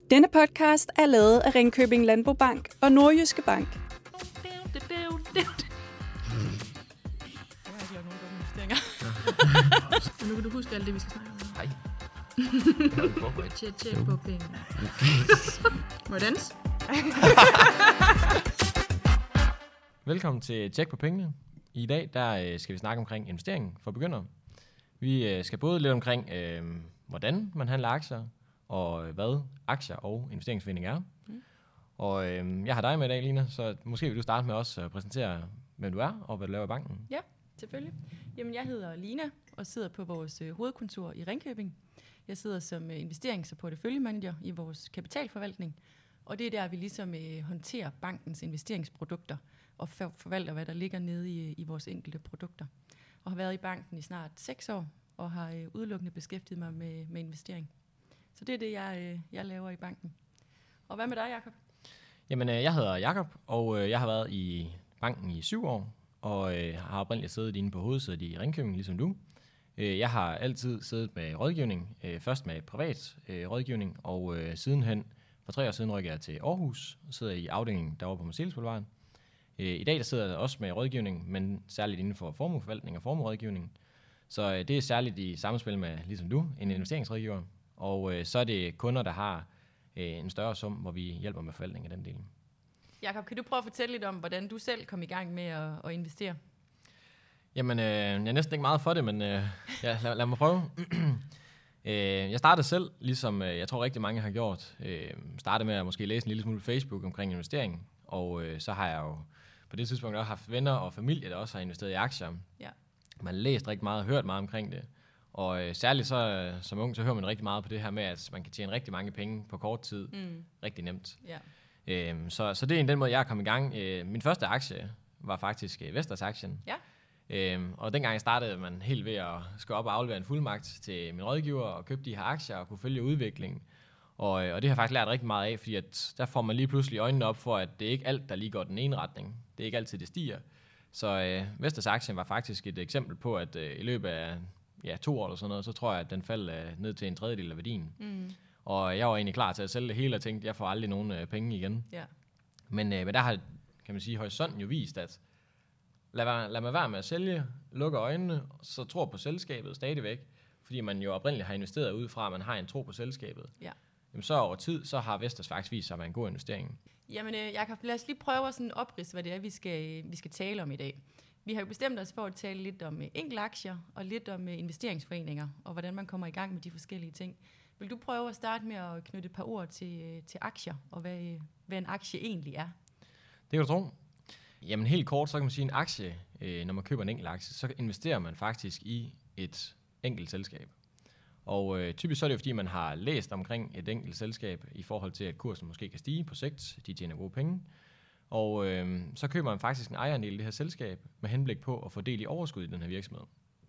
Denne podcast er lavet af Ringkøbing Landbobank og Nordjyske Bank. Jeg har ikke lavet nogen dumme investeringer. Nu kan du huske alt det, vi skal snakke om. Nej. Tjek på penge. Hvordan? Velkommen til Tjek på pengene. I dag der skal vi snakke omkring investering for begyndere. Vi skal både lidt omkring, hvordan man handler aktier, og hvad aktier og investeringsforening er. Og jeg har dig med i dag, Lina, så måske vil du starte med også at præsentere, hvem du er og hvad du laver i banken. Ja, selvfølgelig. Jamen, jeg hedder Lina og sidder på vores hovedkontor i Ringkøbing. Jeg sidder som investerings- og porteføljemanager i vores kapitalforvaltning. Og det er der, vi ligesom håndterer bankens investeringsprodukter og forvalter, hvad der ligger nede i vores enkelte produkter. Og har været i banken i snart 6 år og har udelukkende beskæftiget mig med investering. Så det er det, jeg laver i banken. Og hvad med dig, Jakob? Jamen, jeg hedder Jakob, og jeg har været i banken i 7 år, og har oprindeligt siddet inde på hovedsædet i Ringkøbing, ligesom du. Jeg har altid siddet med rådgivning, først med privat rådgivning, og sidenhen, for 3 år siden rykker jeg til Aarhus, og sidder i afdelingen derovre på Marselis Boulevard. I dag der sidder jeg også med rådgivning, men særligt inden for formueforvaltning og formuerådgivning. Så det er særligt i samspil med, ligesom du, en investeringsrådgiver. Og så er det kunder, der har en større sum, hvor vi hjælper med forvaltning af den del. Jakob, kan du prøve at fortælle lidt om, hvordan du selv kom i gang med at investere? Jamen, jeg er næsten ikke meget for det, men lad mig prøve. Jeg startede selv, ligesom jeg tror rigtig mange har gjort. Startede med at måske læse en lille smule Facebook omkring investering. Og så har jeg jo på det tidspunkt også haft venner og familie, der også har investeret i aktier. Ja. Man har læst rigtig meget og hørt meget omkring det. Og særligt så som ung, så hører man rigtig meget på det her med, at man kan tjene rigtig mange penge på kort tid. Rigtig nemt. Ja. Så det er den måde, jeg er kommet i gang. Min første aktie var faktisk Vestas-aktien. Ja. Og dengang jeg startede man helt ved at skulle op og aflevere en fuldmagt til min rådgiver og købe de her aktier og kunne følge udviklingen. Og det har jeg faktisk lært rigtig meget af, fordi at der får man lige pludselig øjnene op for, at det er ikke alt, der lige går den ene retning. Det er ikke altid, det stiger. Så Vestas-aktien var faktisk et eksempel på, at i løbet af 2 år eller sådan noget, så tror jeg, at den faldt ned til en tredjedel af værdien. Og jeg var egentlig klar til at sælge det hele og tænkte, at jeg får aldrig nogen penge igen. Ja. Men der har, kan man sige, horisonten jo vist, at lad mig være med at sælge, lukke øjnene, så tror på selskabet stadigvæk, fordi man jo oprindeligt har investeret ud fra, at man har en tro på selskabet. Ja. Jamen så over tid, så har Vestas faktisk vist sig at være en god investering. Jamen Jakob, lad os lige prøve at sådan opridse, hvad det er, vi skal tale om i dag. Vi har jo bestemt os for at tale lidt om enkeltaktier og lidt om investeringsforeninger, og hvordan man kommer i gang med de forskellige ting. Vil du prøve at starte med at knytte et par ord til aktier, og hvad en aktie egentlig er? Det kan du tro. Jamen helt kort, så kan man sige, en aktie, når man køber en enkelt aktie, så investerer man faktisk i et enkelt selskab. Og typisk så er det jo, fordi man har læst omkring et enkelt selskab i forhold til, at kursen måske kan stige på sigt, de tjener gode penge. Og så køber man faktisk en ejerandel i det her selskab med henblik på at få del i overskud i den her virksomhed.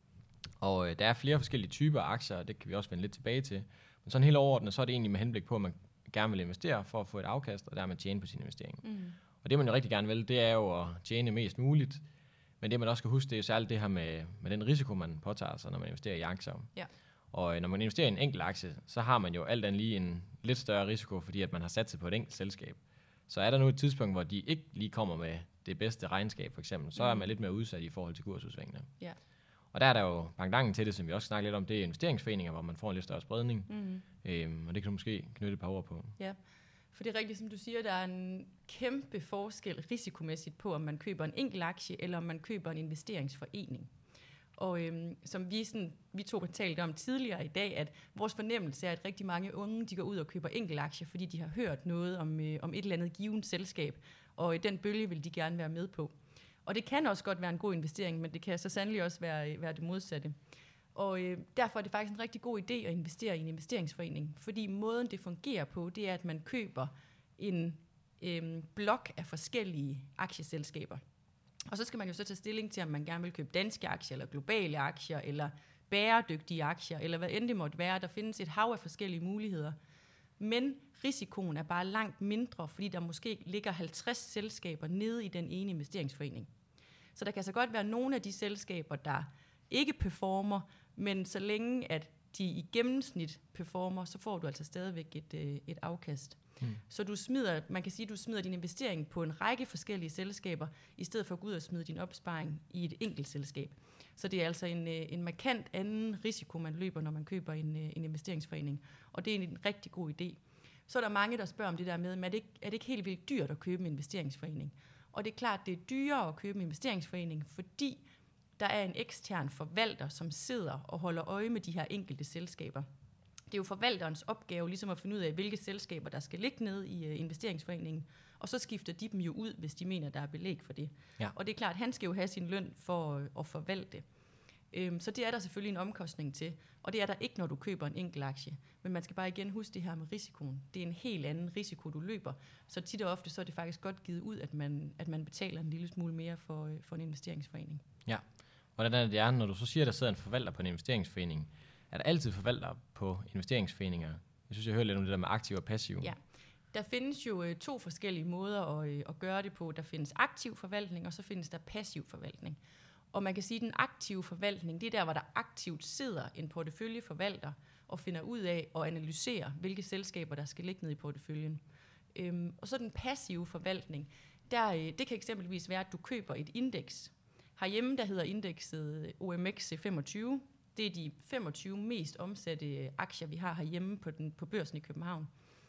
Og der er flere forskellige typer af aktier, og det kan vi også vende lidt tilbage til. Men sådan helt overordnet, så er det egentlig med henblik på, at man gerne vil investere for at få et afkast, og dermed tjene på sin investering. Og det man jo rigtig gerne vil, det er jo at tjene mest muligt. Men det man også skal huske, det er jo særligt det her med den risiko, man påtager sig, når man investerer i aktier. Ja. Og når man investerer i en enkelt aktie, så har man jo alt andet lige en lidt større risiko, fordi at man har sat sig på et enkelt selskab. Så er der nu et tidspunkt, hvor de ikke lige kommer med det bedste regnskab, for eksempel, så er man lidt mere udsat i forhold til kursudsvingene. Ja. Og der er der jo pangdangen til det, som vi også snakker lidt om, det er investeringsforeninger, hvor man får en lidt større spredning. Og det kan du måske knytte et par ord på. Ja, for det er rigtigt, som du siger, der er en kæmpe forskel risikomæssigt på, om man køber en enkelt aktie, eller om man køber en investeringsforening. Og som vi to har talt om tidligere i dag, at vores fornemmelse er, at rigtig mange unge, de går ud og køber enkeltaktier, fordi de har hørt noget om et eller andet givet selskab, og i den bølge vil de gerne være med på. Og det kan også godt være en god investering, men det kan så sandelig også være det modsatte. Og derfor er det faktisk en rigtig god idé at investere i en investeringsforening, fordi måden det fungerer på, det er, at man køber en blok af forskellige aktieselskaber. Og så skal man jo så tage stilling til, om man gerne vil købe danske aktier, eller globale aktier, eller bæredygtige aktier, eller hvad end det måtte være. Der findes et hav af forskellige muligheder. Men risikoen er bare langt mindre, fordi der måske ligger 50 selskaber nede i den ene investeringsforening. Så der kan så godt være nogle af de selskaber, der ikke performer, men så længe at de i gennemsnit performer, så får du altså stadigvæk et afkast. Så man kan sige, at du smider din investering på en række forskellige selskaber, i stedet for at gå ud og smide din opsparing i et enkelt selskab. Så det er altså en markant anden risiko, man løber, når man køber en investeringsforening. Og det er en rigtig god idé. Så er der mange, der spørger om det der med, er det ikke helt vildt dyrt at købe en investeringsforening? Og det er klart, det er dyrere at købe en investeringsforening, fordi der er en ekstern forvalter, som sidder og holder øje med de her enkelte selskaber. Det er jo forvalterens opgave ligesom at finde ud af, hvilke selskaber, der skal ligge nede i investeringsforeningen, og så skifter de dem jo ud, hvis de mener, der er belæg for det. Ja. Og det er klart, at han skal jo have sin løn for at forvalte. Så det er der selvfølgelig en omkostning til, og det er der ikke, når du køber en enkelt aktie. Men man skal bare igen huske det her med risikoen. Det er en helt anden risiko, du løber. Så tit og ofte så er det faktisk godt givet ud, at man betaler en lille smule mere for en investeringsforening. Ja. Hvordan er det, når du så siger, at der sidder en forvalter på en investeringsforening? Er der altid forvalter på investeringsforeninger? Jeg synes, jeg hører lidt om det der med aktiv og passiv. Ja, der findes jo 2 forskellige måder at gøre det på. Der findes aktiv forvaltning, og så findes der passiv forvaltning. Og man kan sige, at den aktive forvaltning, det er der, hvor der aktivt sidder en porteføljeforvalter og finder ud af og analyserer, hvilke selskaber, der skal ligge ned i porteføljen. Og så den passive forvaltning, det kan eksempelvis være, at du køber et indeks. Herhjemme, der hedder indekset OMX25. Det er de 25 mest omsatte aktier, vi har herhjemme på børsen i København.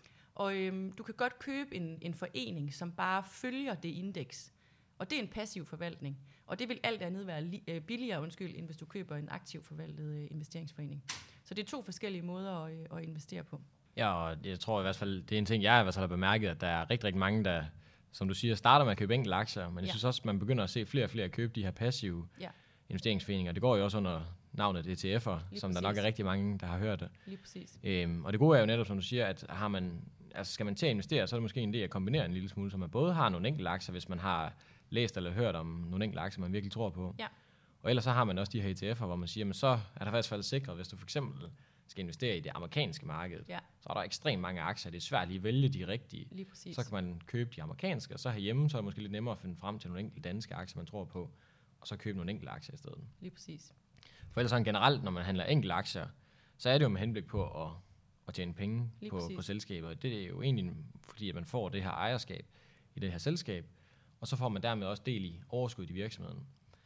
Og du kan godt købe en forening, som bare følger det indeks. Og det er en passiv forvaltning. Og det vil alt andet være billigere, end hvis du køber en aktiv forvaltet investeringsforening. Så det er 2 forskellige måder at investere på. Ja, og jeg tror i hvert fald, det er en ting, jeg i hvert fald har bemærket, at der er rigtig, rigtig mange, der, som du siger, starter med at købe enkelte aktier, men jeg synes også, at man begynder at se flere og flere købe de her passive investeringsforeninger. Det går jo også under navnet ETF'er, som der nok er rigtig mange, der har hørt det. Lige præcis. Og det gode er jo netop, som du siger, at skal man til at investere, så er det måske en idé at kombinere en lille smule, så man både har nogle enkelte aktier, hvis man har læst eller hørt om nogle enkelte aktier, man virkelig tror på. Ja. Og ellers så har man også de her ETF'er, hvor man siger, men så er der faktisk sikret, hvis du for eksempel skal investere i det amerikanske marked, så er der ekstremt mange aktier. Det er svært lige at vælge de rigtige. Lige præcis. Så kan man købe de amerikanske, og så herhjemme, så er det måske lidt nemmere at finde frem til nogle enkelte danske aktier, man tror på, og så købe nogle enkelte aktier i stedet. Lige præcis. For ellers sådan generelt, når man handler enkelte aktier, så er det jo med henblik på at tjene penge på selskaber. Det er jo egentlig, fordi at man får det her ejerskab i det her selskab, og så får man dermed også del i overskud i virksomheden.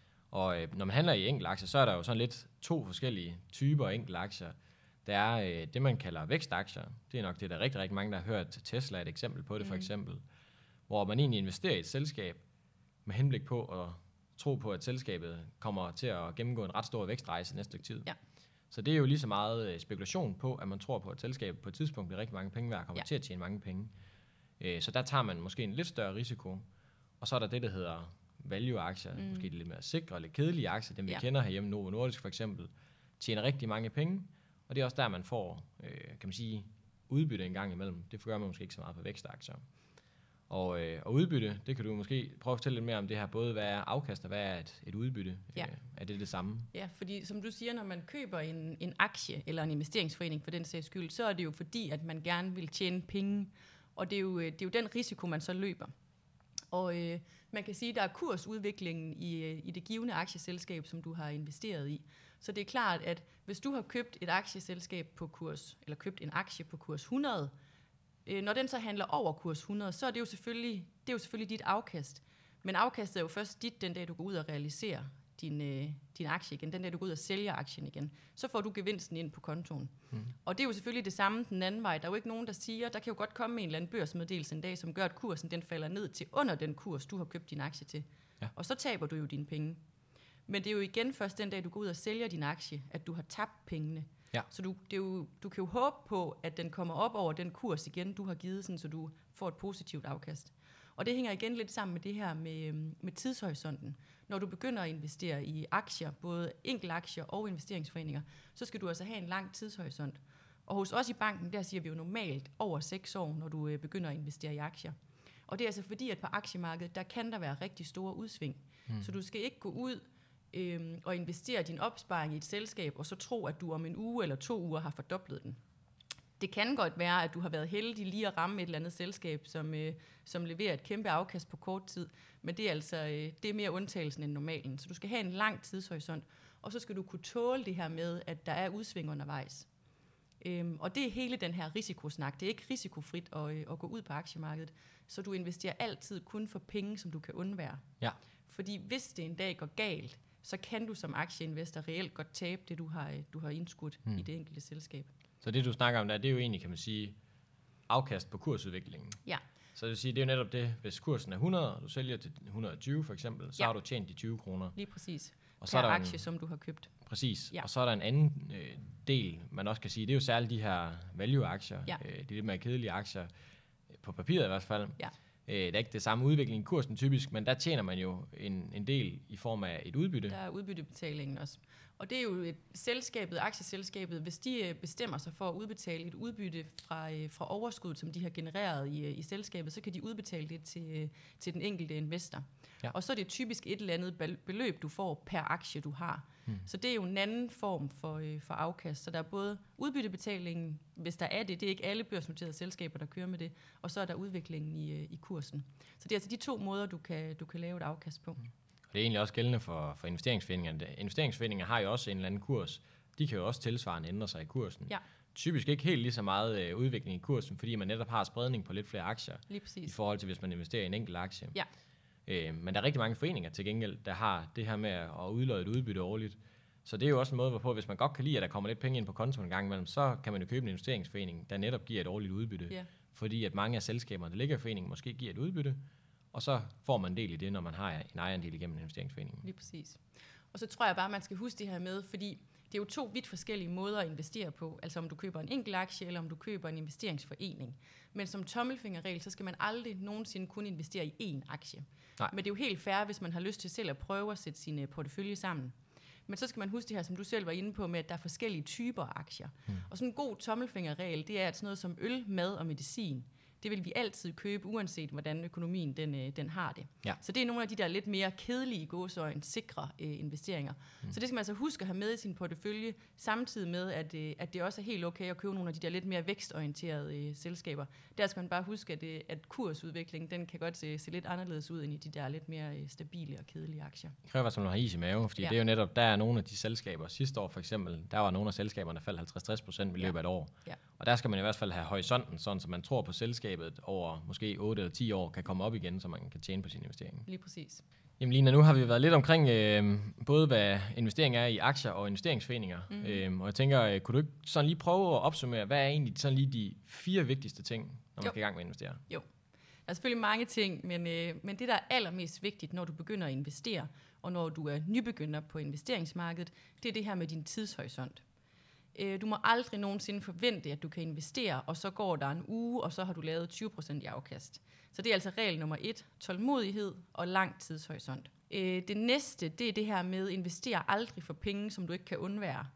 Og når man handler i enkelte aktier, så er der jo sådan lidt 2 forskellige typer enkelte aktier. Der er det, man kalder vækstaktier. Det er nok det, der er rigtig, rigtig mange, der har hørt. Tesla er et eksempel på det, for eksempel. Hvor man egentlig investerer i et selskab med henblik på at tro på, at selskabet kommer til at gennemgå en ret stor vækstrejse næste stykke tid. Ja. Så det er jo lige så meget spekulation på, at man tror på, at selskabet på et tidspunkt bliver rigtig mange penge værd og kommer til at tjene mange penge. Så der tager man måske en lidt større risiko. Og så er der det, der hedder value-aktier. Måske de lidt mere sikre eller kedelige aktier. Dem vi kender herhjemme, Novo Nordisk for eksempel, tjener rigtig mange penge. Og det er også der, man får, kan man sige, udbytte en gang imellem. Det gør man måske ikke så meget på vækstaktier. Og udbytte, det kan du måske prøve at fortælle lidt mere om det her. Både hvad er afkast og hvad er et udbytte? Ja. Er det samme? Ja, fordi som du siger, når man køber en aktie eller en investeringsforening for den sags skyld, så er det jo fordi, at man gerne vil tjene penge. Og det er jo den risiko, man så løber. Og man kan sige, at der er kursudviklingen i det givende aktieselskab, som du har investeret i. Så det er klart, at hvis du har købt et aktieselskab på kurs, eller købt en aktie på kurs 100, når den så handler over kurs 100, så er det jo selvfølgelig dit afkast. Men afkastet er jo først dit, den dag du går ud og realiserer din aktie igen, den dag du går ud og sælger aktien igen. Så får du gevinsten ind på kontoen. Og det er jo selvfølgelig det samme den anden vej. Der er jo ikke nogen, der siger, der kan jo godt komme en eller anden børsmeddelelse en dag, som gør, at kursen den falder ned til under den kurs, du har købt din aktie til. Ja. Og så taber du jo dine penge. Men det er jo igen først den dag, du går ud og sælger din aktie, at du har tabt pengene. Ja. Så du kan jo håbe på, at den kommer op over den kurs igen, du har givet, sådan, så du får et positivt afkast. Og det hænger igen lidt sammen med det her med tidshorisonten. Når du begynder at investere i aktier, både enkeltaktier og investeringsforeninger, så skal du altså have en lang tidshorisont. Og hos os i banken, der siger vi jo normalt over 6 år, når du begynder at investere i aktier. Og det er altså fordi, at på aktiemarkedet, der kan der være rigtig store udsving. Så du skal ikke gå ud og investere din opsparing i et selskab, og så tro, at du om en uge eller 2 uger har fordoblet den. Det kan godt være, at du har været heldig lige at ramme et eller andet selskab, som leverer et kæmpe afkast på kort tid, men det er mere undtagelsen end normalen. Så du skal have en lang tidshorisont. og så skal du kunne tåle det her med, at der er udsving undervejs. Og det er hele den her risikosnak. Det er ikke risikofrit at gå ud på aktiemarkedet, så du investerer altid kun for penge, som du kan undvære. Ja. Fordi hvis det en dag går galt, så kan du som aktieinvestor reelt godt tabe det, du har indskudt i det enkelte selskab. Så det, du snakker om der, det er jo egentlig, kan man sige, afkast på kursudviklingen. Ja. Så det vil sige, det er jo netop det, hvis kursen er 100, og du sælger til 120 for eksempel, så har du tjent de 20 kroner. Lige præcis. Og så er der aktie, som du har købt. Præcis. Ja. Og så er der en anden del, man også kan sige, det er jo særligt de her value-aktier, de lidt mere kedelige aktier, på papiret i hvert fald. Ja. Det er ikke det samme udvikling i kursen typisk, men der tjener man jo en del i form af et udbytte. Der er udbyttebetalingen også. Og det er jo aktieselskabet, hvis de bestemmer sig for at udbetale et udbytte fra overskud, som de har genereret i selskabet, så kan de udbetale det til den enkelte investor. Ja. Og så er det typisk et eller andet beløb, du får per aktie, du har. Så det er jo en anden form for afkast. Så der er både udbyttebetalingen, hvis der er det er ikke alle børsnoterede selskaber, der kører med det, og så er der udviklingen i kursen. Så det er altså de to måder, du kan lave et afkast på. Det er egentlig også gældende for investeringsforeningerne. Investeringsforeninger har jo også en eller anden kurs. De kan jo også tilsvarende ændre sig i kursen. Ja. Typisk ikke helt lige så meget udvikling i kursen, fordi man netop har spredning på lidt flere aktier. Lige præcis. I forhold til, hvis man investerer i en enkelt aktie. Ja. Men der er rigtig mange foreninger til gengæld, der har det her med at udløje et udbytte årligt. Så det er jo også en måde, hvorpå, hvis man godt kan lide, at der kommer lidt penge ind på kontoen en gang imellem, så kan man jo købe en investeringsforening, der netop giver et årligt udbytte. Ja. Fordi at mange af selskaberne, der ligger i foreningen, måske giver et udbytte, og så får man en del i det, når man har en ejerandel igennem investeringsforeningen. Lige præcis. Og så tror jeg bare, man skal huske det her med, fordi det er jo to vidt forskellige måder at investere på. Altså om du køber en enkelt aktie, eller om du køber en investeringsforening. Men som tommelfingerregel, så skal man aldrig nogensinde kun investere i én aktie. Nej. Men det er jo helt fair, hvis man har lyst til selv at prøve at sætte sin portefølje sammen. Men så skal man huske det her, som du selv var inde på, med at der er forskellige typer af aktier. Og sådan en god tommelfingerregel, det er at sådan noget som øl, mad og medicin. Det vil vi altid købe, uanset hvordan økonomien den har det. Ja. Så det er nogle af de der lidt mere kedelige gåseøjne, sikre investeringer. Så det skal man altså huske at have med i sin portefølje, samtidig med, at det også er helt okay at købe nogle af de der lidt mere vækstorienterede selskaber. Der skal man bare huske, at kursudviklingen, den kan godt se lidt anderledes ud end i de der lidt mere stabile og kedelige aktier. Det kræver, at man har is i mave, fordi det er jo netop, der er nogle af de selskaber. Sidste år for eksempel, der var nogle af selskaberne, der faldt 50-60% i løbet af et år. Ja. Og der skal man i hvert fald have horisonten, sådan så man tror på selskabet over måske 8 eller 10 år kan komme op igen, så man kan tjene på sin investering. Lige præcis. Jamen Lina, nu har vi været lidt omkring både hvad investering er i aktier og investeringsforeninger. Og jeg tænker, kunne du ikke sådan lige prøve at opsummere, hvad er egentlig sådan lige de 4 vigtigste ting, når man skal i gang med at investere? Jo, der er selvfølgelig mange ting, men det, der er allermest vigtigt, når du begynder at investere, og når du er nybegynder på investeringsmarkedet, det er det her med din tidshorisont. Du må aldrig nogensinde forvente, at du kan investere, og så går der en uge, og så har du lavet 20% i afkast. Så det er altså regel nummer 1, tålmodighed og lang tidshorisont. Det næste, det er det her med, investere aldrig for penge, som du ikke kan undvære.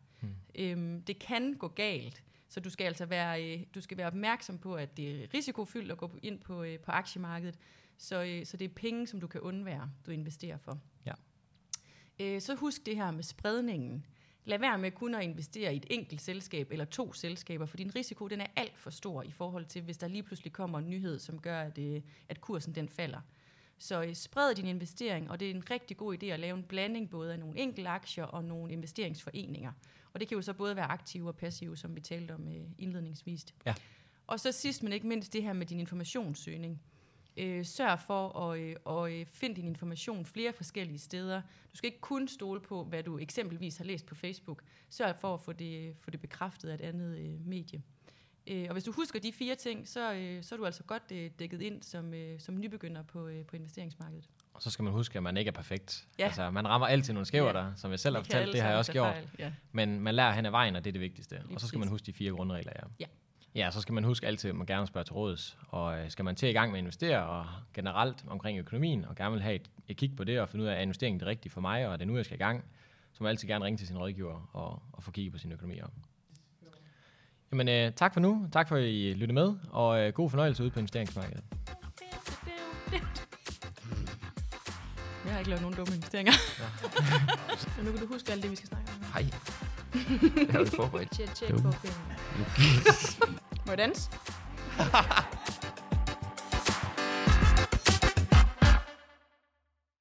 Det kan gå galt, så du skal altså være opmærksom på, at det er risikofyldt at gå ind på aktiemarkedet, så det er penge, som du kan undvære, du investerer for. Ja. Så husk det her med spredningen. Lad være med kun at investere i et enkelt selskab eller 2 selskaber, for din risiko den er alt for stor i forhold til, hvis der lige pludselig kommer en nyhed, som gør, at kursen den falder. Så spred din investering, og det er en rigtig god idé at lave en blanding både af nogle enkelte aktier og nogle investeringsforeninger. Og det kan jo så både være aktive og passive, som vi talte om indledningsvis. Ja. Og så sidst, men ikke mindst, det her med din informationssøgning. Sørg for at finde din information flere forskellige steder. Du skal ikke kun stole på, hvad du eksempelvis har læst på Facebook. Sørg for at få det bekræftet af et andet medie. Og hvis du husker de 4 ting, så er du altså godt dækket ind som nybegynder på investeringsmarkedet. Og så skal man huske, at man ikke er perfekt. Ja. Altså, man rammer altid nogle skæver der, som jeg selv har fortalt, det har jeg også gjort. Ja. Men man lærer hen ad vejen, og det er det vigtigste. Lige og så skal man huske de 4 grundregler, ja. Ja, så skal man huske altid, at man gerne spørger til råds. Og skal man til i gang med at investere, og generelt omkring økonomien, og gerne vil have et kig på det, og finde ud af, at investeringen er det rigtige for mig, og det er nu, jeg skal i gang, så må man altid gerne ringe til sin rådgiver og få kigget på sin økonomi. Jamen, tak for nu. Tak for, at I lyttede med, og god fornøjelse ude på investeringsmarkedet. Jeg har ikke lavet nogen dumme investeringer. Så nu kan du huske alt det, vi skal snakke om. Hej. Det har vi forberedt. Tjek på penge. Må jeg danse?